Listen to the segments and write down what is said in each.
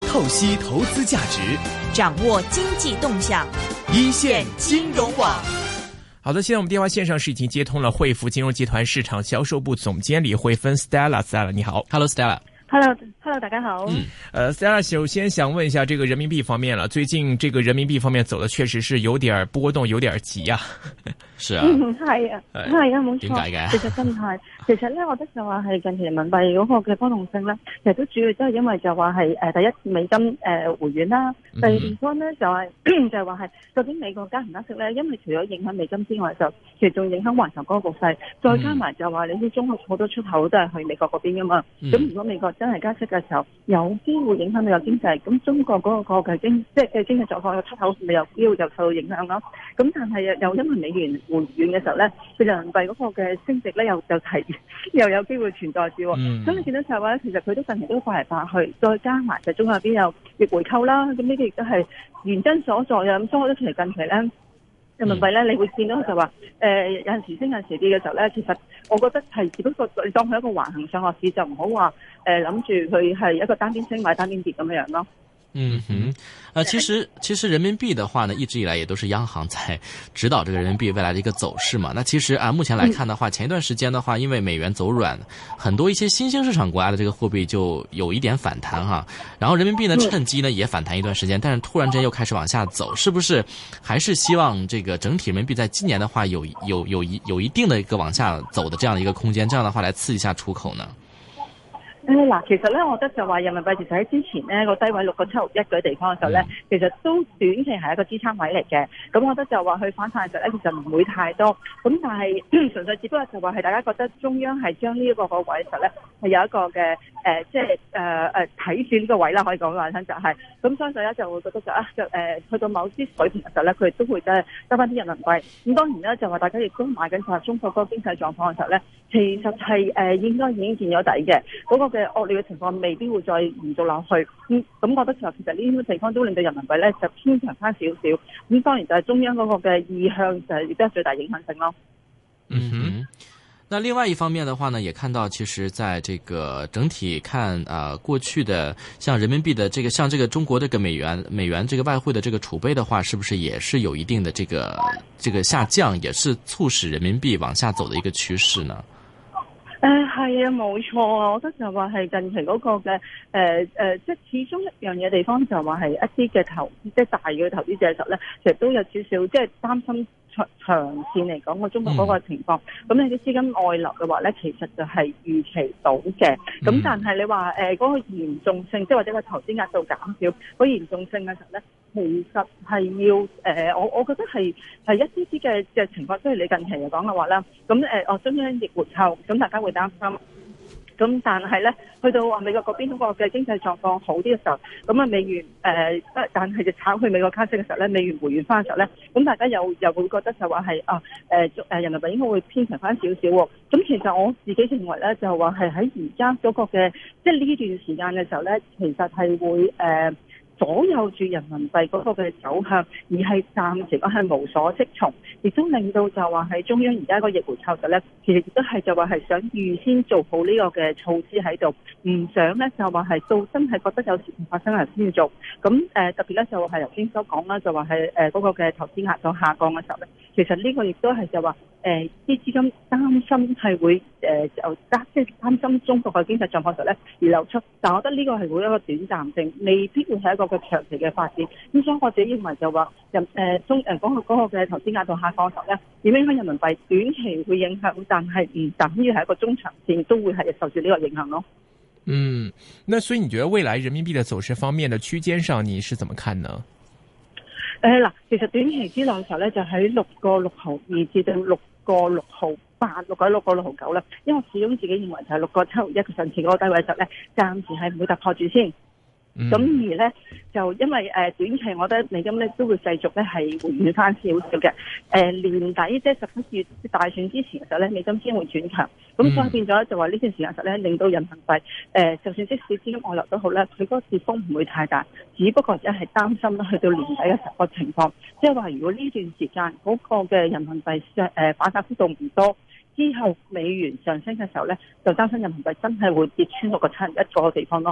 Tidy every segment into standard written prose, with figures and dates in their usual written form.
透析投资价值， 掌握经济动向， 一线金融网。 好的，现在我们电话线上是已经接通了汇福金融集团市场销售部总监李慧芬 Stella， 你好。 Hello Stella。Hello， 大家好。 Stella， 首先想問一下這個人民幣方面了，最近這個人民幣方面走的確實是有點波動，有點急啊。 是啊， 係啊，冇錯。 點解嘅？ 其實真係，其實咧，我覺得就話係近期人民幣嗰個嘅波動性咧，其實都主要都係因為就話係第一美金回軟啦，第二地方咧就係就係話係究竟美國加唔加息咧？因為除咗影響美金之外，就其實仲影響環球嗰個局勢，再加埋就話你啲中國好多出口都係去美國嗰邊噶嘛，咁如果美國真係加息嘅時候，有機會影響到有經濟，咁中國嗰個嘅經濟狀況嘅出口咪有機會就受到影響咯。咁但係又因為美元回軟嘅時候咧，佢人民幣嗰個嘅升值咧又有機會存在住。咁你見到就係話咧，其實佢都近期都快嚟快去，再加埋就中國入邊有逆回購啦，咁呢啲亦都係原因所在啊。咁所以我覺得其實近期咧，人民幣咧，你會見到就話有陣時升有陣時跌嘅時候咧，其實我覺得係只不過你當佢一個橫行上落市，就唔好話諗住佢係一個單邊升或者單邊跌咁樣咯。 其實人民幣的話呢，一直以來也都是央行在指導這個人民幣未來的一個走勢嘛。那其實目前來看的話，前一段時間的話，因為美元走軟，很多一些新興市場國家的這個貨幣就有一點反彈哈。然後人民幣呢趁機呢也反彈一段時間，但是突然間又開始往下走，是不是還是希望這個整體人民幣在今年的話有一定的一個往下走的這樣的一個空間，這樣的話來刺激一下出口呢？ 嗱，其實咧，我覺得就話人民幣其實喺之前呢個低位6.761嘅地方嘅時候咧，其實都短期係一個支撐位嚟嘅。咁我覺得就話佢反彈嘅時候咧，其實唔會太多。咁但係純粹只不過就話係大家覺得中央係將呢一個位嘅時候咧，係有一個嘅睇住呢個位啦，可以講話聽就係。咁相信咧就會覺得去到某啲水平嘅時候咧，佢哋都會得翻啲人民幣。咁當然咧就話大家亦都買緊就係中國嗰個經濟狀況嘅時候咧，其實係應該已經見咗底嘅嗰個嘅惡劣嘅情況未必會再延續落去，咁覺得就其實呢啲地方都令到人民幣咧就偏強翻少少，咁當然就係中央嗰個嘅意向就係亦都係最大影響性咯。 那另外一方面的話呢，也看到其實在這個整體看過去的像人民幣的這個像這個中國這個美元這個外匯的這個儲備的話，是不是也是有一定的這個下降，也是促使人民幣往下走的一個趨勢呢？ 係啊，冇錯啊！我覺得就話係近期嗰個嘅即係始終一樣嘢地方就話係一啲嘅即係大嘅投資者嘅時候咧，其實都有少少即係擔心長線嚟講個中國嗰個情況。咁你啲資金外流嘅話咧，其實就係預期到嘅。咁但係你話嗰個嚴重性，即係或者個投資額度減少，嗰嚴重性嘅時候咧，其實係要我覺得係一啲嘅情況，即係你近期嚟講嘅話啦，咁中央逆回購，咁大家會擔心。咁但係咧，去到話美國嗰邊嗰個嘅經濟狀況好啲嘅時候，咁美元但係就炒去美國加息嘅時候咧，美元回軟翻嘅時候咧，咁大家又會覺得就話係人民幣應該會偏強翻少少喎。咁其實我自己認為咧，就話係喺而家嗰個嘅即係呢段時間嘅時候咧，其實係會左右住人民幣嗰個嘅走向，而係暫時講係無所適從，亦都令到就話係中央而家個逆回購就咧，其實亦都係就話係想預先做好呢個嘅措施喺度，唔想咧就話係到真係覺得有事情發生係先要做。咁特別咧就係頭先所講啦，就話係嗰個嘅投資額度下降嘅時候咧，其實呢個亦都係就話啲資金擔心係會即係擔心中國嘅經濟狀況時候咧而流出，但我覺得呢個係會一個短暫性，未必會係一個嘅長期嘅發展。咁所以我自己認為就話嗰個嘅投資額度下降嘅時候咧，點影響人民幣短期會影響，但係唔等於係一個中長線都會係受住呢個影響咯。 那所以你覺得未來人民幣的走勢方面的區間上，你是怎麼看呢？ 其實短期之內嘅時候咧，就喺6.652至到6.668、6.669啦。因為我始終自己認為就係6.761上次嗰個低位嘅時候咧，暫時係唔會突破住先。咁而咧就因為短期我覺得美金咧都會繼續咧係回軟翻少少嘅。年底即係11月大選之前嘅時候咧，美金先會轉強。咁所以變咗就話呢段時間實咧，令到人民幣就算即使資金外流都好咧，佢嗰個跌幅唔會太大，只不過只係擔心去到年底嘅時候個情況，即係話如果呢段時間嗰個嘅人民幣反彈幅度唔多，之後美元上升嘅時候咧，就擔心人民幣真係會跌穿6.71個地方咯。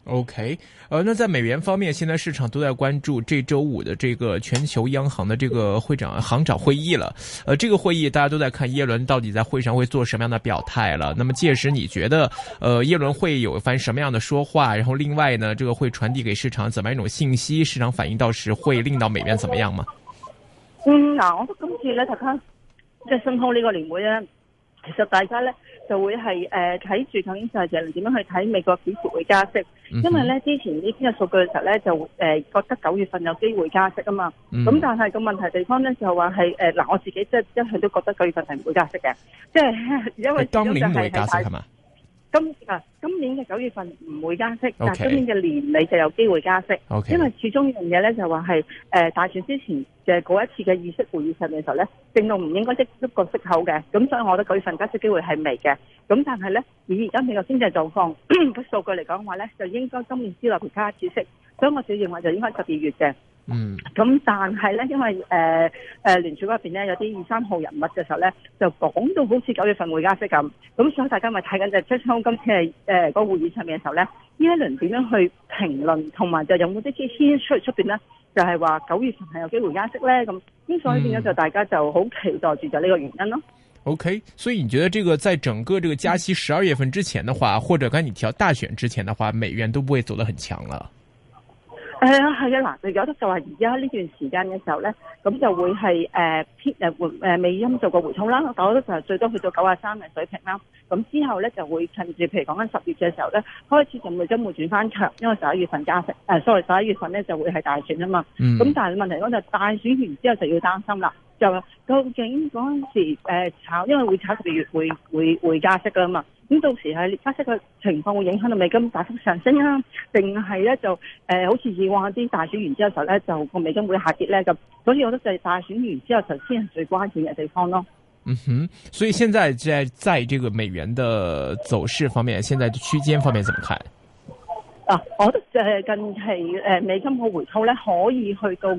OK，那在美元方面，现在市场都在关注这周五的这个全球央行的这个行长会议了。这个会议大家都在看耶伦到底在会上会做什么样的表态了。那么届时你觉得，耶伦会有一番什么样的说话？然后另外呢，这个会传递给市场怎么样一种信息？市场反应到时会令到美元怎麼樣嗎？ 嗱，我覺得今次咧，大家即係新開呢個年會咧，其實大家咧就會係睇住究竟就係點樣去睇美國幾時會加息，因為咧之前呢篇嘅數據嘅時候咧就覺得9月份有機會加息啊嘛，咁但係個問題地方咧就話係嗱，我自己即係一向都覺得9月份係唔會加息嘅，即係因為今年會加息係嘛？ 今年嘅9月份唔會加息，但係今年嘅年尾就有機會加息，因為始終呢樣嘢咧就話係大選之前嘅嗰一次嘅議息會議上面嘅時候咧，正路唔應該即一個息口嘅，咁所以我覺得9月份加息機會係微嘅，咁但係咧以而家美國經濟狀況個數據嚟講嘅話咧，就應該今年之內會加一次息，所以我自己認為就應該12月嘅。咁但係咧，因為聯儲嗰邊咧有啲2、3號人物嘅時候咧，就講到好似9月份會加息咁，咁所以大家咪睇緊就即係今次係個會議上面嘅時候咧，呢一輪點樣去評論，同埋就有冇啲牽出邊咧，就係話9月份係有機會加息咧咁所以變咗就大家就好期待住就呢個原因咯。 OK， 所以你覺得這個在整個這個加息12月份之前的話，或者剛才你提到大選之前的話，美元都不會走得很強了？ 係啊，嗱，有得就話而家呢段時間嘅時候咧，咁就會係美金做個回吐啦，我覺得就係最多去到93嘅水平啦。咁之後咧就會趁住譬如講緊10月嘅時候咧，開始就美金會轉翻強，因為11月份加息，11月份咧就會係大選啊嘛。咁但係問題講就大選完之後就要擔心啦，就究竟嗰陣時炒，因為會炒12月會加息噶嘛。咁到時係加息嘅情況會影響到美金大幅上升啊，定係咧就好似以往啲大選完之後時候咧，就個美金會下跌咧咁，所以我覺得就係大選完之後就先係最關鍵嘅地方咯。 所以現在在這個美元的走勢方面，現在區間方面怎麼看？ 我覺得近期美金個回吐咧可以去到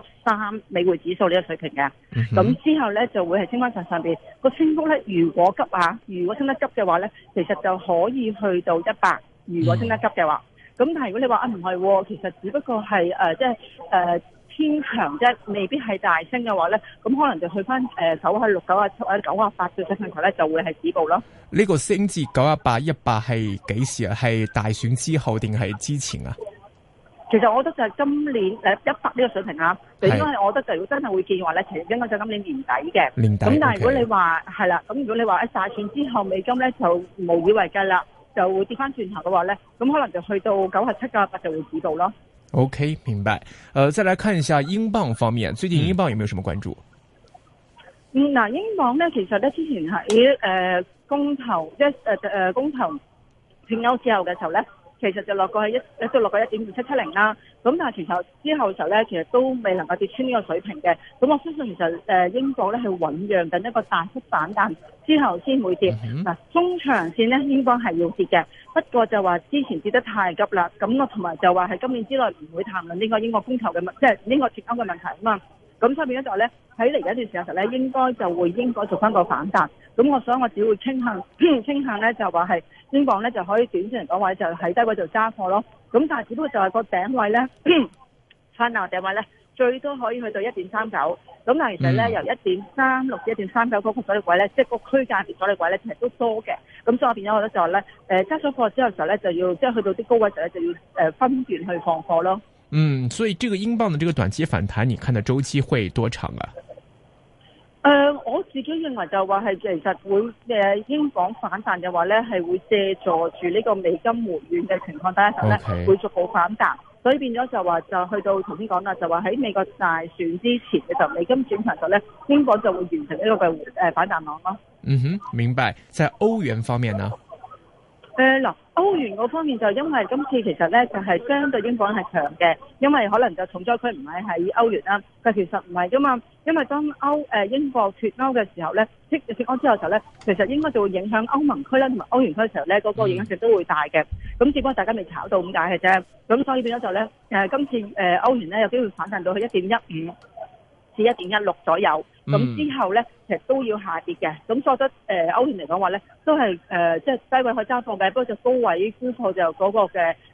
93美匯指數呢個水平嘅，咁之後咧就會係升翻上邊個升幅咧，如果升得急嘅話咧，其實就可以去到100，如果升得急嘅話，咁但係如果你話唔係，其實只不過係即係偏強啫，未必係大升嘅話咧，咁可能就去翻96、97或者98嘅水平頭咧，就會係止步咯。 呢個升至98、100係幾時啊？係大選之後定係之前啊？ 其實我覺得就係今年100呢個水平啊，就應該係我覺得就如果真係會見嘅話咧，其實應該就今年年底嘅。年底。咁但係如果你話係啦，咁如果你話喺大選之後美金咧就無以為繼啦，就會跌翻轉頭嘅話咧，咁可能就去到97、98就會止步咯。 OK，明白。再來看一下英鎊方面，最近英鎊有沒有什麼關注？ 嗱，英鎊咧，其實咧之前喺公投公投脫歐之後嘅時候咧，其實就落過去1.2770啦。咁但係其實之後嘅時候咧，其實都未能夠跌穿呢個水平嘅。咁我相信其實英鎊咧係醞釀緊一個大幅反彈之後先會跌。嗱，中長線咧英鎊係要跌嘅，不過就話之前跌得太急啦。咁我同埋就話係今年之內唔會談論呢個英國公投嘅即係英國脫歐嘅問題啊嘛。咁所以變咗就咧喺嚟緊一段時間時咧，應該就會英國做翻個反彈。咁所以我只會傾向咧就話係英鎊咧就可以短線嚟講話就喺低位度揸貨咯。咁但係只不過就係個頂位咧，翻到頂位咧最多可以去到1.39。咁但係其實咧由1.36至1.39嗰個阻力位咧，即係個區間嘅阻力位咧，其實都多嘅。咁所以我變咗我覺得就係咧揸咗貨之後嘅時候咧，就要即係去到啲高位時候咧，就要分段去放貨咯。 所以這個英鎊的這個短期反彈，你看的周期會多長啊？ 我自己認為就話係其實會英鎊反彈嘅話咧，係會借助住呢個美金回軟嘅情況底下時候咧，會逐步反彈。所以變咗就話就去到頭先講啦，就話喺美國大選之前嘅時候，美金轉強時候咧，英鎊就會完成呢個嘅反彈浪咯。 明白。在歐元方面呢？ 嗱，歐元嗰方面就因為今次其實咧就係相對英鎊係強嘅，因為可能就重災區唔係喺歐元啦，但其實唔係噶嘛，因為當英國脫歐嘅時候咧，脫歐之後嘅時候咧，其實應該就會影響歐盟區啦同埋歐元區嘅時候咧，嗰個影響性都會大嘅。咁只不過大家未炒到咁解嘅啫，咁所以變咗就咧今次歐元咧有機會反彈到去1.15至1.16左右。咁之後咧，其實都要下跌嘅。咁所以我覺得歐元嚟講話咧，都係即係低位可以揸貨嘅，不過就高位沽貨就嗰個嘅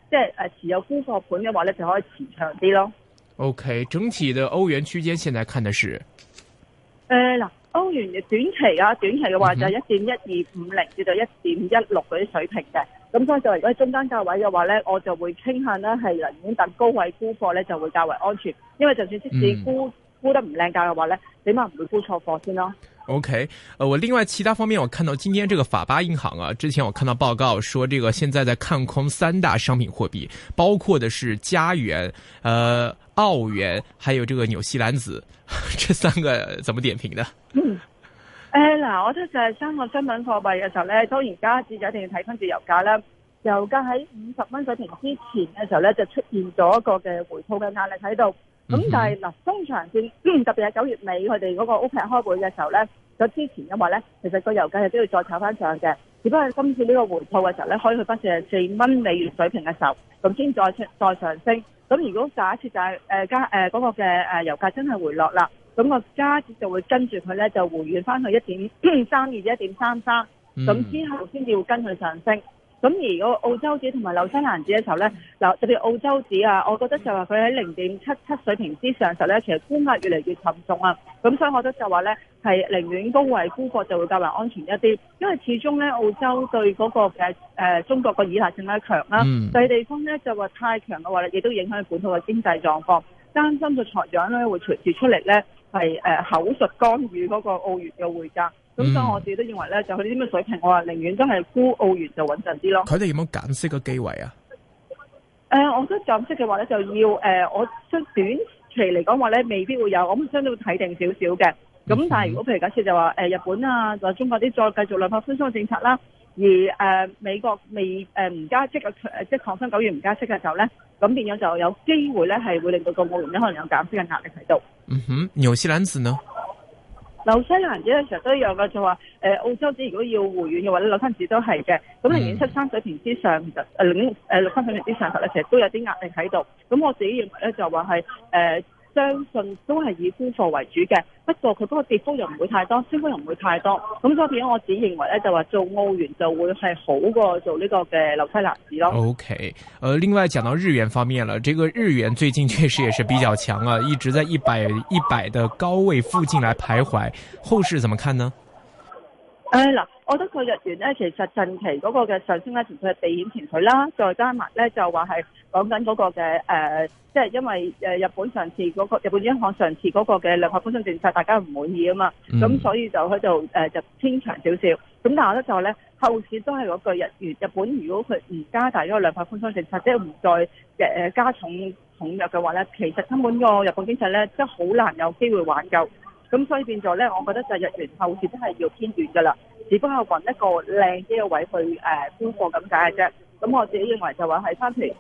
即係持有沽貨盤嘅話咧，就可以持長啲咯。 OK， 整體的歐元區間現在看的是嗱，歐元嘅短期嘅話就係1.1250至到1.16嗰啲水平嘅。咁所以就如果中間價位嘅話咧，我就會傾向咧係寧願等高位沽貨咧就會較為安全，因為就算即使沽得唔靚價嘅話咧，起碼唔會沽錯貨先咯。 OK，我另外其他方面，我看到今天這個法巴銀行啊，之前我看到報告說，這個現在在看空3大商品貨幣，包括的是加元、澳元，還有這個紐西蘭子，這3個怎麼點評呢？ 嗱，我覺得就係3個商品貨幣嘅時候咧，當然加紙就一定要睇翻住油價啦。油價喺50蚊水平之前嘅時候咧，就出現咗一個嘅回吐嘅壓力喺度。咁但係嗱，中長線特別係9月尾佢哋嗰個 OPEC 開會嘅時候咧，咁之前嘅話咧，其實個油價係都要再炒翻上嘅。只不過今次呢個回吐嘅時候咧，可以去翻44蚊美元水平嘅時候，咁先再上升。咁如果假設就係嗰個嘅油價真係回落啦，咁個加紙就會跟住佢咧就回軟翻去1.32至1.33，咁之後先至會跟佢上升。咁而嗰個澳洲紙同埋紐西蘭紙嘅時候咧，嗱特別澳洲紙啊，我覺得就話佢喺0.77水平之上嘅時候咧，其實沽壓越嚟越沉重啊。咁所以我覺得就話咧係寧願高位沽貨就會較為安全一啲，因為始終咧澳洲對嗰個嘅中國個依賴性咧強啦，第二地方咧就話太強嘅話咧，亦都影響本土嘅經濟狀況，擔心個財長咧會隨時出嚟咧係口述干預嗰個澳元嘅匯價。咁所以我自己都認為咧，就佢啲咁嘅水平，我話寧願真係沽澳元就穩陣啲咯。 佢哋有冇減息嘅機會啊？ 我覺得減息嘅話咧，就要我相短期嚟講話咧，未必會有，我相對會睇定少少嘅。咁但係如果譬如假設就話日本啊，或者中國啲再繼續量化寬鬆政策啦，而美國未唔加息嘅即係抗爭9月唔加息嘅時候咧，咁變咗就有機會咧係會令到個澳元咧可能有減息嘅壓力喺度。 紐西蘭子呢？ 紐西蘭紙嘅時候都一樣嘅，就話澳洲紙如果要回軟嘅話咧，紐西蘭紙都係嘅。咁寧願73水平之上，其實63水平之上咧，其實都有啲壓力喺度。咁我自己認為咧，就話係相信都係以沽貨為主嘅。不過佢嗰個跌幅又唔會太多，升幅又唔會太多。咁所以變咗我自己認為咧，就話做澳元就會係好過做呢個嘅紐西蘭紙咯。 OK，另外講到日元方面了，這個日元最近確實也是比較強啊，一直在100的高位附近來徘徊。後市怎麼看呢？ 嗱，我覺得個日元咧，其實近期嗰個嘅上升咧，純粹係避險情緒啦，再加埋咧就話係講緊嗰個嘅即係因為日本上次嗰個日本央行上次嗰個嘅量化寬鬆政策，大家唔滿意啊嘛，咁所以就喺度就偏強少少。咁但係我覺得就咧後市都係嗰句日本如果佢唔加大嗰個量化寬鬆政策，即係唔再加重藥嘅話咧，其實根本個日本經濟咧真係好難有機會挽救。咁所以變咗咧，我覺得就日元後市真係要偏軟噶啦，只不過揾一個靚啲嘅位去沽貨咁解嘅啫。咁我自己認為就話係翻嚟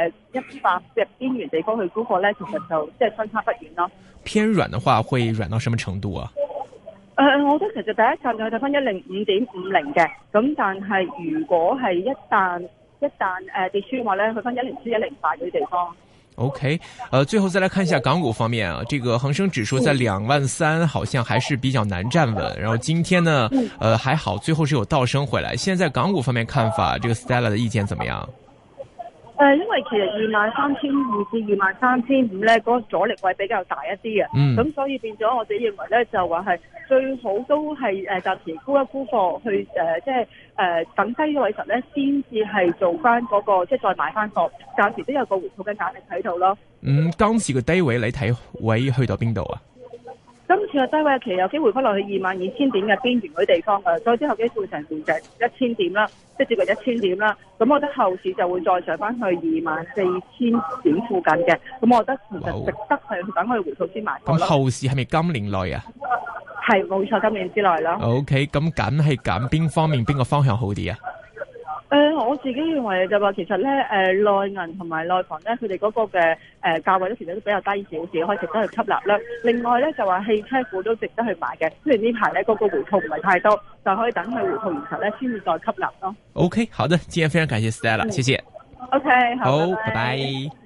100嘅邊緣地方去沽貨咧，其實就即係相差不遠咯。 偏軟嘅話，會軟到什麼程度啊？ 我覺得其實第一站就係睇翻105.50嘅，咁但係如果係一旦跌穿嘅話咧，去翻104、108嗰啲地方。 OK，最後再來看一下港股方面啊，這個恒生指數在23000，好像還是比較難站穩。然後今天呢，還好，最後是有倒升回來。現在港股方面看法，這個 Stella 的意見怎麼樣？ 因為其實23200至23500咧，嗰個阻力位比較大一啲嘅，咁所以變咗我自己認為咧，就話係最好都係暫時沽一沽貨去即係等低位實咧，先至係做翻嗰個即係再買翻貨，暫時都有個回吐嘅壓力喺度咯。 當時嘅低位你睇位去到邊度啊？ 今次嘅低位期有機會翻落去22000點嘅邊緣嗰啲地方嘅，再之後機會成就1000點啦，即係接近1000點啦。咁我覺得後市就會再上翻去24000點附近嘅。咁我覺得其實值得係等佢回吐先買。 咁後市係咪今年內啊？ 係冇錯，今年之內啦。 OK，咁梗係揀邊方面邊個方向好啲啊？ 我自己認為就話其實咧，內銀同埋內房咧，佢哋嗰個嘅價位咧，其實都比較低少少，可以值得去吸納啦。另外咧就話汽車股都值得去買嘅，雖然呢排咧嗰個回吐唔係太多，就可以等佢回吐完後咧先至再吸納咯。 OK，好的，今天非常感謝 Stella，謝謝。 OK，好， 拜拜。